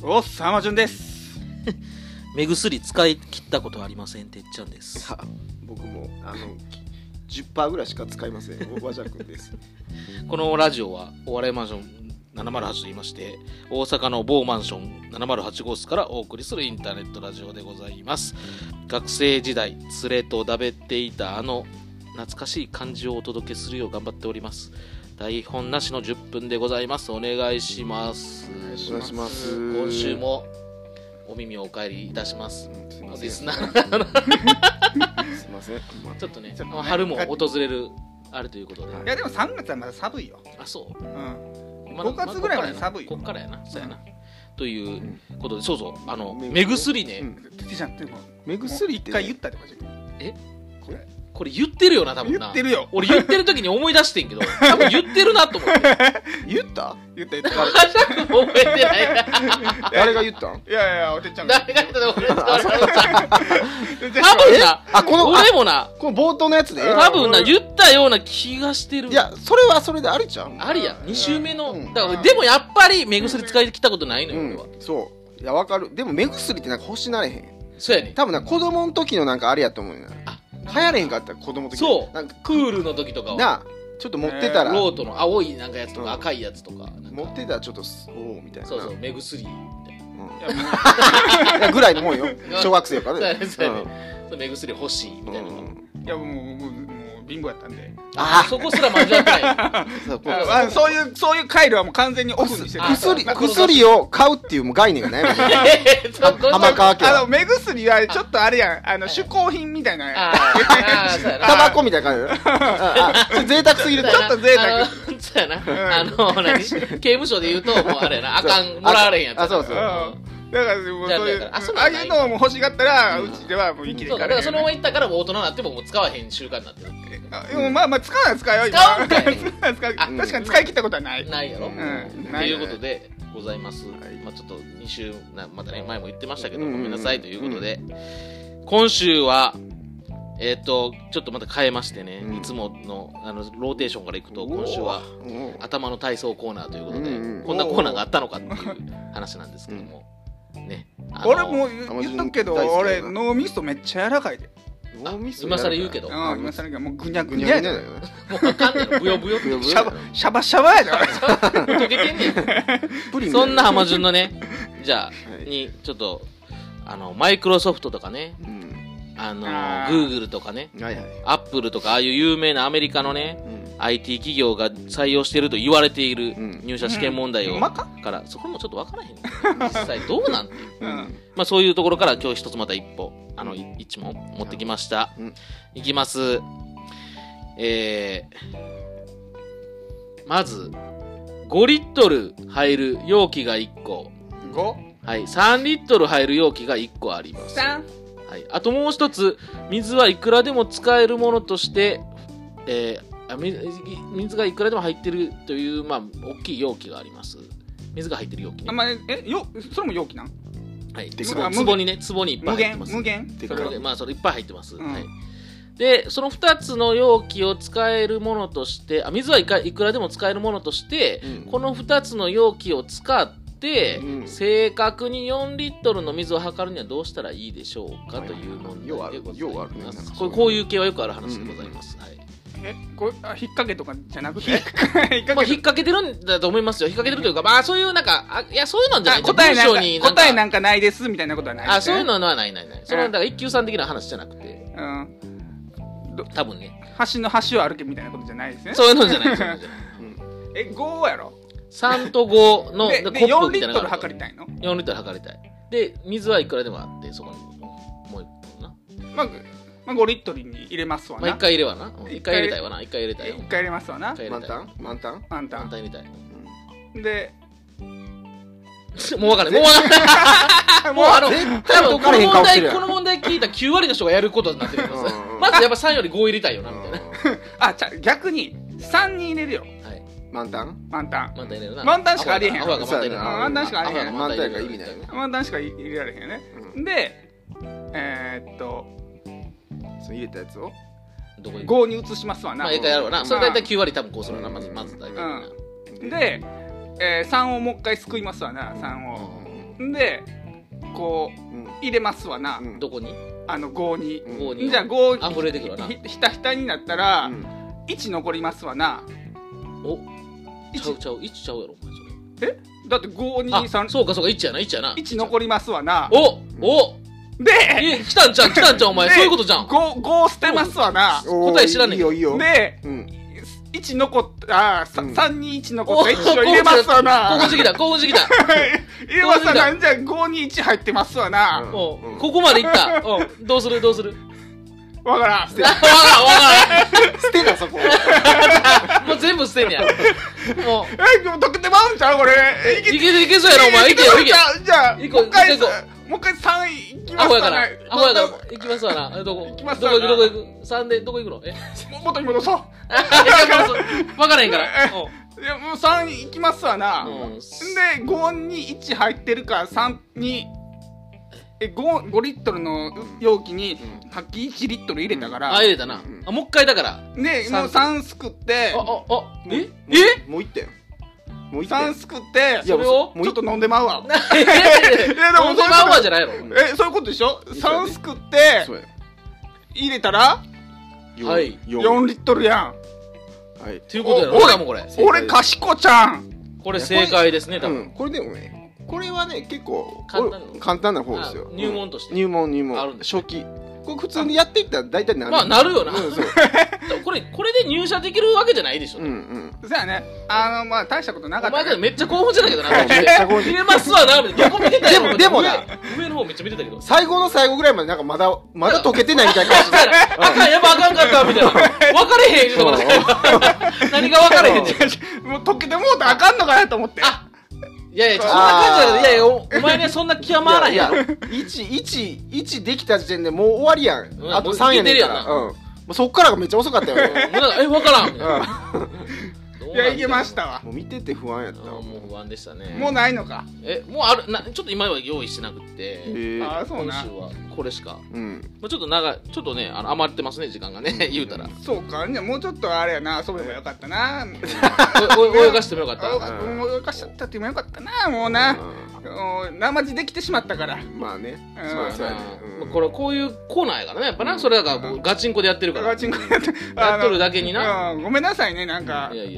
おっさまじゅんです。 目薬使い切ったことはありませんてっちゃんです。 僕も10% ぐらいしか使いません。和じゃくんです。 このラジオはお笑いマンション708と言いまして、大阪の某マンション708号室からお送りするインターネットラジオでございます。学生時代連れとだべっていた懐かしい感じをお届けするよう頑張っております。台本なしの10分でございます。お願いします。 お願いします。 今週もお耳をお帰りいたします。 すいません。 リスナーすいません。 ちょっとね、春も訪れるあれということで。 いやでも3月はまだ寒いよ。 あ、そう。 5月ぐらいまで寒いよ。 こっからやな。そうやな。ということで、そうそう、目薬ね。 目薬って一回言ったでマジで。 え？これ言ってるよな、多分な。 言ってるよ。 俺言ってる時に思い出してんけど、多分言ってるなと思って。 言った覚えてないな。 誰が言ったん？ いやおてっちゃんが。誰が言ったの？俺多分な。俺もな。 この冒頭のやつで。 多分な、言ったような気がしてる。 いや、それはそれであるじゃん。 ありや。2週目の。だからでもやっぱり目薬使い切ったことないのよ、俺は。 そう。いや、わかる。でも目薬ってなんか欲しなれへん。 そうやね。 多分な、子供の時のなんかあれやと思うよな。流行れへんかった子供の時。 そう。 なんかクールの時とかは。 なあ、ちょっと持ってたら。 ロートの青いなんかやつとか赤いやつとか。 持ってたらちょっと、おおみたいな。 そうそう、目薬。 ぐらいのもんよ。小学生やからね。 目薬欲しいみたいな。 いやもう貧乏やったんで。 そこすら交わってない。 そういう回路はもう完全にオフにしてる。 薬を買うっていうもう概念がないわけ。浜川家は。 目薬はちょっとあれやん、嗜好品みたいな。 タバコみたいな感じ。贅沢すぎる。 ちょっと贅沢。 そうやな。刑務所で言うともうあれやな、あかんもらわれへんやつ。 あ、そうそう。 だからもうそういうああいうのをもう欲しがったらうちではもう生きていかれへん。 だからそのまま行ったからもう大人になってももう使わへん習慣になってる。 でもまあ使うなら使うよ。 使うんかい。 確かに使い切ったことはない。 ないやろ。ということでございます。まあちょっと2週またね前も言ってましたけどごめんなさいということで今週はちょっとまた変えましてね、いつものローテーションからいくと今週は頭の体操コーナーということでこんなコーナーがあったのかっていう話なんですけどもね。 俺も言っとくけど俺脳みそめっちゃ柔らかいで。 今更言うけど今更もうぐにゃぐにゃやで。 もうわかんねえのブヨブヨってシャバシャバやで。 溶けてんねん。そんな浜順のねじゃあにちょっとマイクロソフトとかねGoogle とかね、アップルとかああいう有名なアメリカのね、IT 企業が採用していると言われている入社試験問題をからそこもちょっと分からへん、実際どうなんていう、まあそういうところから今日一つまた一歩一問持ってきました、いきます。まず5リットル入る容器が1個、はい、3リットル入る容器が1個あります。はい、あともう一つ、水はいくらでも使えるものとして、水がいくらでも入ってるという、まあ、大きい容器があります。水が入ってる容器、ね。 それも容器なん？ はい。壺にね、壺にいっぱい入ってます。 無限まあ、それいっぱい入ってます。はい。で、その2つの容器を使えるものとして、水はいくらでも使えるものとして、この2つの容器を使って、正確に4リットルの水を測るにはどうしたらいいでしょうかという問題でございます。こういう系はよくある話でございます。 これ引っ掛けとかじゃなくて引っ掛けてるんだと思いますよ。引っ掛けてるというか、まあそういうなんかいやそういうのじゃない。 答えなんかないですみたいなことはない。 そういうのはない。そのだから一級さん的な話じゃなくて、多分ね。 橋の橋を歩けみたいなことじゃないですね。 そういうのじゃない。 5やろ。 3と5のコップみたいな 4リットル測りたいの？ 4リットル測りたい。で、水はいくらでもあって、そこにもう一個な。 まあ5リットルに入れますわな。 まあ1回入れわな。1回入れたいわな。1回入れたいよ。 1回入れますわな。 満タン入れたい。 で、 もう分かんない。もう多分この問題聞いた9割の人がやることになってるんです。まずやっぱ3より5入れたいよな、みたいな。 逆に3に入れるよ。 満タン入れるな。 満タンしかありえへん。 満タンしかありえへん。 満タンやから意味ないよね。 満タンしか入れられへんよね。で、 その入れたやつを 5に移しますわな。 まあ、やろうな。それ大体9割多分こうするな、まず大体。 で、3をもう一回すくいますわな、3を。 でこう入れますわな。 どこに？ 5に。 じゃあ5 溢れてくるな。 ひたひたになったら1残りますわな。 お、ちゃう1ちゃうやろお前それ。だって5、2、3。 そうか1やな 1残りますわな。 おで来たんちゃんお前そういうことじゃん。 5捨てますわな。 答え知らねえ。 いいよ。 で1残った3に1残った1を入れますわな。 興奮してきた入れますわな。じゃあ5に1入ってますわな。 ここまでいった。どうするわからん。 捨てなそこ。 もう全部捨てんねや。もう溶けてまうんちゃうこれ。 いけそうやろお前。いけよ。 じゃあもう一回3いきますわな。 アホやからいきますわな。どこ行く？3でどこ行くの？ 元に戻そう。 分からへんから。 いやもう3いきますわな。で5に1入ってるから3に5リットルの容器にはっきり1リットル入れたから。 入れたな。もう一回だから。 でもう3すくって。 もういったよ。 3すくってそれをちょっと飲んでまうわ。 飲んでまうわじゃないの。 そういうことでしょ。3すくって入れたら4リットルやん。 っていうことやろ。もうこれ俺賢ちゃん。 これ正解ですね多分。 これでもねこれはね結構簡単な方ですよ。 入門として入門初期これ普通にやっていったら大体なる。 まあなるよな。これで入社できるわけじゃないでしょ。 そうやね。まあ大したことなかった。 お前めっちゃ興奮してたけどな。入れますわな。どこ見てたよ。 でもな上の方めっちゃ見てたけど。 最後の最後ぐらいまでなんかまだ溶けてないみたいな感じで。 やっぱあかんかったみたいな。分かれへん。何が分かれへんねん。 もう溶けてもうたらあかんのかなと思って。 いやそんな感じだけど、お前ねそんな極まらへんやろ。 1できた時点でもう終わりやん。あと3やねんから。もうそっからがめっちゃ遅かったよね。 分からん。 いやいけましたわ。 もう見てて不安やったわ。 もう不安でしたね。 もうないのか。 もうあるちょっと今は用意してなくて。 そうな。 今週はこれしか。ちょっとね余ってますね時間がね言うたら。 そうか。じゃあもうちょっとあれやな遊べばよかったな。 泳がしてもよかった。 泳がしちゃったってもよかったなもうな。生地できてしまったから。 まあね。 こういうコーナーやからねやっぱな。それだからガチンコでやってるから。 ガチンコでやっとるだけにな。 ごめんなさいねなんか。 いや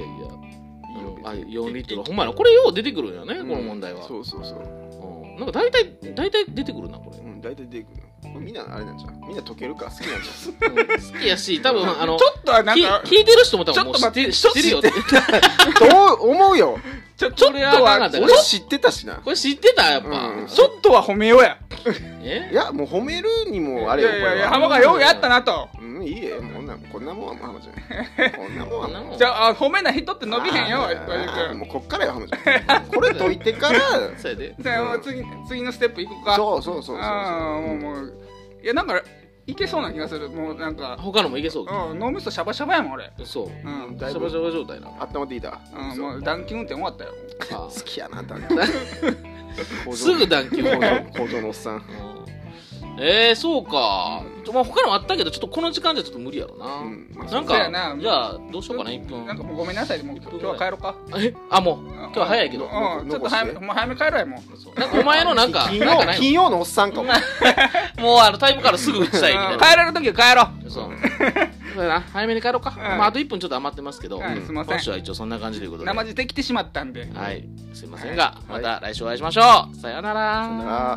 4リットルほんまやな。これよう出てくるんよねこの問題は。 そうなんか大体出てくるなこれ。 大体出てくる。これみんなあれなんじゃん。みんな溶けるから好きなんじゃん。好きやし多分ちょっとはなんか聞いてる人も多分もう知ってるよ。 どう思うよ。 ちょっとは俺知ってたしな。 これ知ってたやっぱ。 ちょっとは褒めようや。 いやもう褒めるにもあれよ。 いや浜がようやったなと。 いいえこんなもんは浜ちゃん。こんなもんは。 じゃあ褒めない人って伸びへんよ。 もうこっからよ浜ちゃん。これ解いてから。 それで。 じゃあ次のステップいこうか。 そう。 もういやなんかいけそうな気がする。もうなんか他のもいけそう。 脳みそシャバシャバやもん俺。 そう。シャバシャバ状態な。 温まっていた。 もう暖気運転終わったよ。 好きやな暖気。 すぐ暖気運転。 工場のおっさん。 そうか。他のもあったけどちょっとこの時間じゃちょっと無理やろな。なんかじゃあどうしようかな1分。 なんかもうごめんなさい。もう今日は帰ろうか。 もう今日は早いけど。 ちょっと早め帰ろうやもう。 なんかお前のなんか金曜のおっさんかも。 もうタイムからすぐ打ちたいみたいな。 帰れる時は帰ろう。 そうだな早めに帰ろうか。あと1分ちょっと余ってますけど今週は一応そんな感じということで生地できてしまったんで。 はいすいませんがまた来週お会いしましょう。さよなら。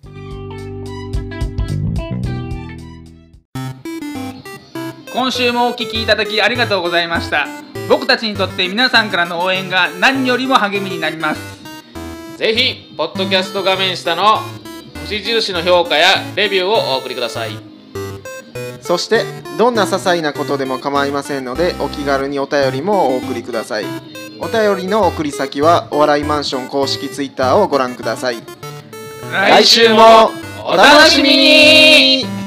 今週もお聞きいただきありがとうございました。僕たちにとって皆さんからの応援が何よりも励みになります。 ぜひポッドキャスト画面下の星印の評価やレビューをお送りください。 そしてどんな些細なことでも構いませんのでお気軽にお便りもお送りください。お便りの送り先はお笑いマンション公式ツイッターをご覧ください。 来週もお楽しみに。